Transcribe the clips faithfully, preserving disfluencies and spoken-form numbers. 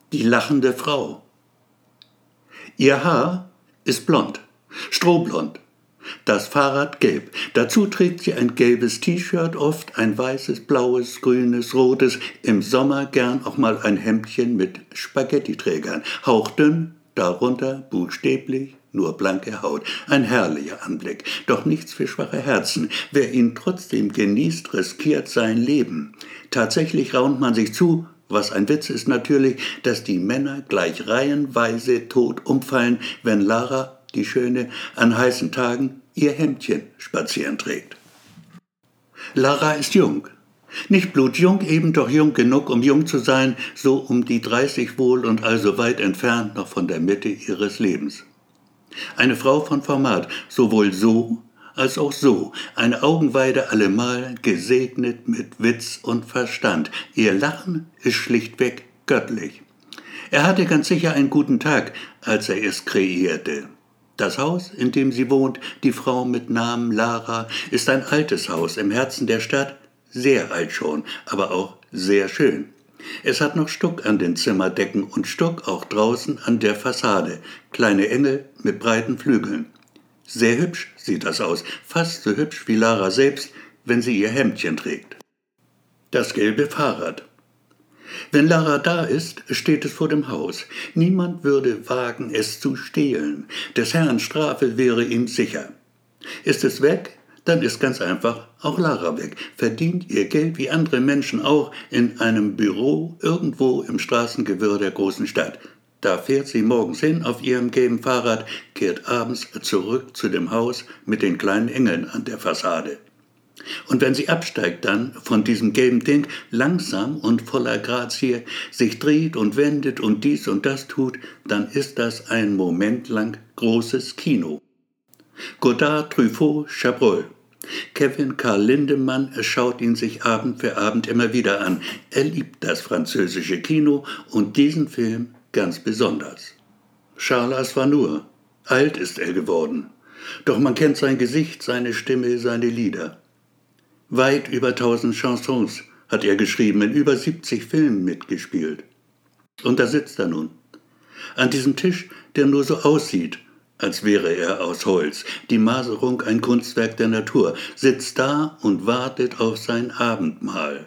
Die lachende Frau. Ihr Haar ist blond, strohblond, das Fahrrad gelb. Dazu trägt sie ein gelbes T-Shirt, oft ein weißes, blaues, grünes, rotes, im Sommer gern auch mal ein Hemdchen mit Spaghettiträgern. Hauchdünn, darunter buchstäblich nur blanke Haut. Ein herrlicher Anblick, doch nichts für schwache Herzen. Wer ihn trotzdem genießt, riskiert sein Leben. Tatsächlich raunt man sich zu, was ein Witz ist natürlich, dass die Männer gleich reihenweise tot umfallen, wenn Lara, die Schöne, an heißen Tagen ihr Hemdchen spazieren trägt. Lara ist jung. Nicht blutjung, eben doch jung genug, um jung zu sein, so um die dreißig wohl und also weit entfernt noch von der Mitte ihres Lebens. Eine Frau von Format, sowohl so als auch so, eine Augenweide allemal, gesegnet mit Witz und Verstand. Ihr Lachen ist schlichtweg göttlich. Er hatte ganz sicher einen guten Tag, als er es kreierte. Das Haus, in dem sie wohnt, die Frau mit Namen Lara, ist ein altes Haus im Herzen der Stadt, sehr alt schon, aber auch sehr schön. Es hat noch Stuck an den Zimmerdecken und Stuck auch draußen an der Fassade, kleine Engel mit breiten Flügeln. Sehr hübsch sieht das aus, fast so hübsch wie Lara selbst, wenn sie ihr Hemdchen trägt. Das gelbe Fahrrad. Wenn Lara da ist, steht es vor dem Haus. Niemand würde wagen, es zu stehlen. Des Herrn Strafe wäre ihm sicher. Ist es weg, dann ist ganz einfach auch Lara weg. Verdient ihr Geld wie andere Menschen auch in einem Büro irgendwo im Straßengewirr der großen Stadt. Da fährt sie morgens hin auf ihrem gelben Fahrrad, kehrt abends zurück zu dem Haus mit den kleinen Engeln an der Fassade. Und wenn sie absteigt dann von diesem gelben Ding, langsam und voller Grazie, sich dreht und wendet und dies und das tut, dann ist das ein Moment lang großes Kino. Godard, Truffaut, Chabrol. Kevin Karl Lindemann schaut ihn sich Abend für Abend immer wieder an. Er liebt das französische Kino und diesen Film ganz besonders. Charles Aznavour. Alt ist er geworden. Doch man kennt sein Gesicht, seine Stimme, seine Lieder. Weit über tausend Chansons hat er geschrieben, in über siebzig Filmen mitgespielt. Und da sitzt er nun. An diesem Tisch, der nur so aussieht, als wäre er aus Holz. Die Maserung ein Kunstwerk der Natur. Sitzt da und wartet auf sein Abendmahl.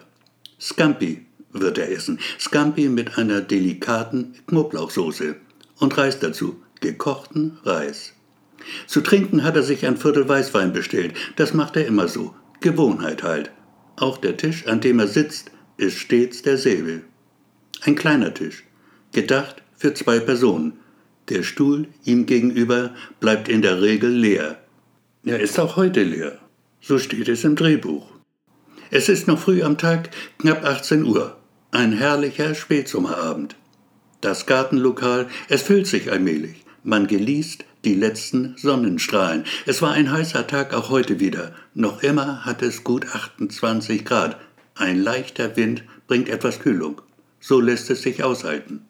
Scampi wird er essen. Scampi mit einer delikaten Knoblauchsoße. Und Reis dazu. Gekochten Reis. Zu trinken hat er sich ein Viertel Weißwein bestellt. Das macht er immer so. Gewohnheit halt. Auch der Tisch, an dem er sitzt, ist stets derselbe. Ein kleiner Tisch. Gedacht für zwei Personen. Der Stuhl ihm gegenüber bleibt in der Regel leer. Er ist auch heute leer. So steht es im Drehbuch. Es ist noch früh am Tag, knapp achtzehn Uhr. Ein herrlicher Spätsommerabend. Das Gartenlokal, es füllt sich allmählich. Man genießt die letzten Sonnenstrahlen. Es war ein heißer Tag, auch heute wieder. Noch immer hat es gut achtundzwanzig Grad. Ein leichter Wind bringt etwas Kühlung. So lässt es sich aushalten.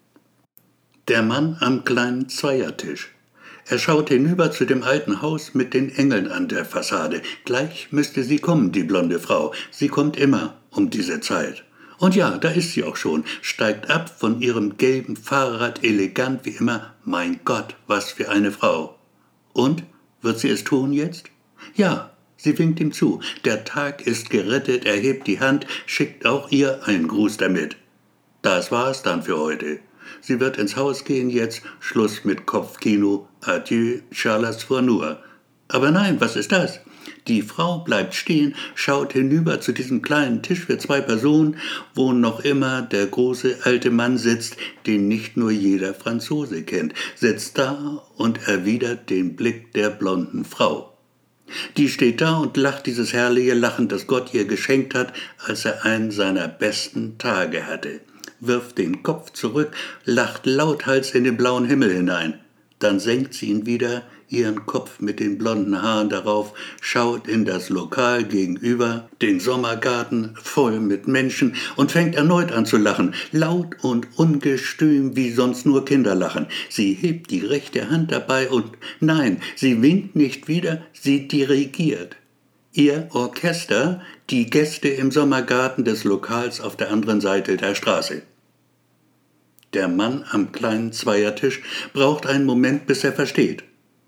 Der Mann am kleinen Zweiertisch. Er schaut hinüber zu dem alten Haus mit den Engeln an der Fassade. Gleich müsste sie kommen, die blonde Frau. Sie kommt immer um diese Zeit. Und ja, da ist sie auch schon, steigt ab von ihrem gelben Fahrrad, elegant wie immer. Mein Gott, was für eine Frau. Und, wird sie es tun jetzt? Ja, sie winkt ihm zu. Der Tag ist gerettet, er hebt die Hand, schickt auch ihr einen Gruß damit. Das war's dann für heute. Sie wird ins Haus gehen jetzt, Schluss mit Kopfkino, adieu, Charles Aznavour. Aber nein, was ist das? Die Frau bleibt stehen, schaut hinüber zu diesem kleinen Tisch für zwei Personen, wo noch immer der große alte Mann sitzt, den nicht nur jeder Franzose kennt, sitzt da und erwidert den Blick der blonden Frau. Die steht da und lacht dieses herrliche Lachen, das Gott ihr geschenkt hat, als er einen seiner besten Tage hatte. Wirft den Kopf zurück, lacht lauthals in den blauen Himmel hinein. Dann senkt sie ihn wieder, ihren Kopf mit den blonden Haaren darauf, schaut in das Lokal gegenüber, den Sommergarten voll mit Menschen und fängt erneut an zu lachen, laut und ungestüm, wie sonst nur Kinder lachen. Sie hebt die rechte Hand dabei und nein, sie winkt nicht wieder, sie dirigiert. Ihr Orchester, die Gäste im Sommergarten des Lokals auf der anderen Seite der Straße. Der Mann am kleinen Zweiertisch braucht einen Moment, bis er versteht.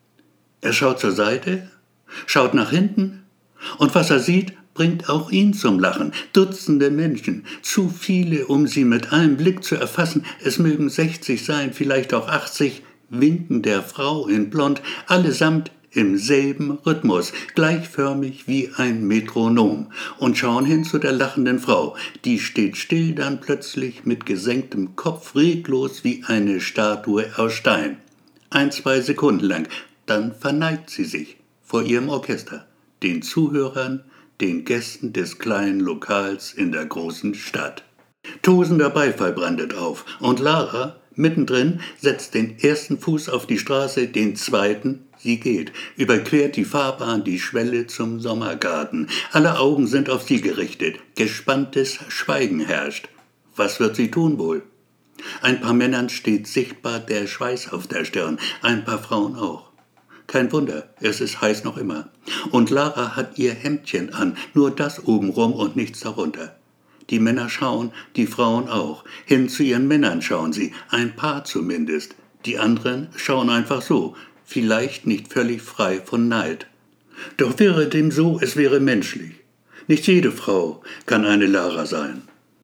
Er schaut zur Seite, schaut nach hinten und was er sieht, bringt auch ihn zum Lachen. Dutzende Menschen, zu viele, um sie mit einem Blick zu erfassen, es mögen sechzig sein, vielleicht auch achtzig, winken der Frau in Blond, allesamt im selben Rhythmus, gleichförmig wie ein Metronom, und schauen hin zu der lachenden Frau. Die steht still dann plötzlich mit gesenktem Kopf, reglos wie eine Statue aus Stein. Ein, zwei Sekunden lang, dann verneigt sie sich vor ihrem Orchester, den Zuhörern, den Gästen des kleinen Lokals in der großen Stadt. Tosender Beifall brandet auf, und Lara, mittendrin, setzt den ersten Fuß auf die Straße, den zweiten, sie geht, überquert die Fahrbahn, die Schwelle zum Sommergarten. Alle Augen sind auf sie gerichtet, gespanntes Schweigen herrscht. Was wird sie tun wohl? Ein paar Männern steht sichtbar der Schweiß auf der Stirn, ein paar Frauen auch. Kein Wunder, es ist heiß noch immer. Und Lara hat ihr Hemdchen an, nur das obenrum und nichts darunter. Die Männer schauen, die Frauen auch. Hin zu ihren Männern schauen sie, ein paar zumindest. Die anderen schauen einfach so, vielleicht nicht völlig frei von Neid. Doch wäre dem so, es wäre menschlich. Nicht jede Frau kann eine Lara sein.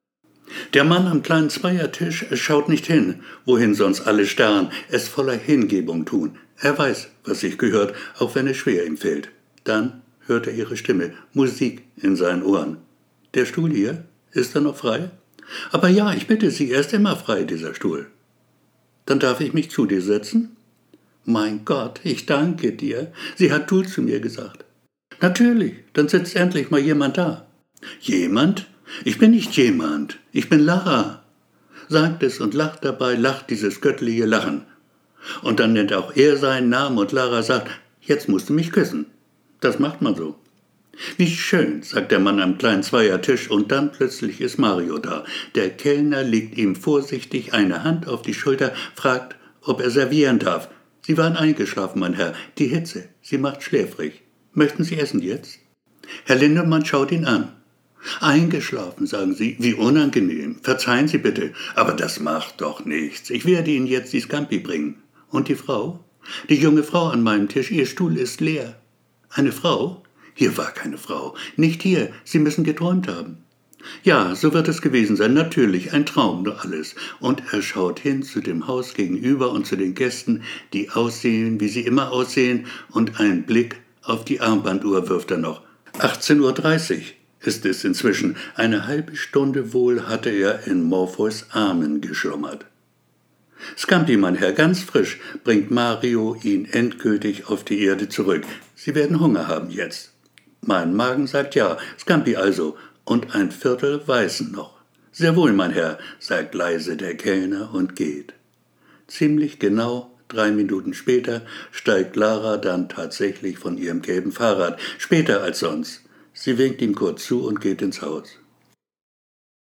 Der Mann am kleinen Zweiertisch schaut nicht hin, wohin sonst alle starren, es voller Hingebung tun. Er weiß, was sich gehört, auch wenn es schwer ihm fällt. Dann hört er ihre Stimme, Musik in seinen Ohren. Der Stuhl hier, ist er noch frei? Aber ja, ich bitte Sie, er ist immer frei, dieser Stuhl. Dann darf ich mich zu dir setzen? Mein Gott, ich danke dir. Sie hat du zu mir gesagt. Natürlich, dann sitzt endlich mal jemand da. Jemand? Ich bin nicht jemand, ich bin Lara. Sagt es und lacht dabei, lacht dieses göttliche Lachen. Und dann nennt auch er seinen Namen und Lara sagt, jetzt musst du mich küssen. Das macht man so. Wie schön, sagt der Mann am kleinen Zweiertisch, und dann plötzlich ist Mario da. Der Kellner legt ihm vorsichtig eine Hand auf die Schulter, fragt, ob er servieren darf. Sie waren eingeschlafen, mein Herr. Die Hitze, sie macht schläfrig. Möchten Sie essen jetzt? Herr Lindemann schaut ihn an. Eingeschlafen, sagen Sie, wie unangenehm. Verzeihen Sie bitte, aber das macht doch nichts. Ich werde Ihnen jetzt die Scampi bringen. Und die Frau? Die junge Frau an meinem Tisch, ihr Stuhl ist leer. Eine Frau? Hier war keine Frau. Nicht hier, Sie müssen geträumt haben. Ja, so wird es gewesen sein, natürlich, ein Traum, nur alles. Und er schaut hin zu dem Haus gegenüber und zu den Gästen, die aussehen, wie sie immer aussehen, und einen Blick auf die Armbanduhr wirft er noch. achtzehn Uhr dreißig ist es inzwischen. Eine halbe Stunde wohl hatte er in Morpheus Armen geschlummert. Scampi, mein Herr, ganz frisch, bringt Mario ihn endgültig auf die Erde zurück. Sie werden Hunger haben jetzt. Mein Magen sagt ja, Scampi also, und ein Viertel Weißen noch. Sehr wohl, mein Herr, sagt leise der Kellner und geht. Ziemlich genau drei Minuten später steigt Lara dann tatsächlich von ihrem gelben Fahrrad, später als sonst. Sie winkt ihm kurz zu und geht ins Haus.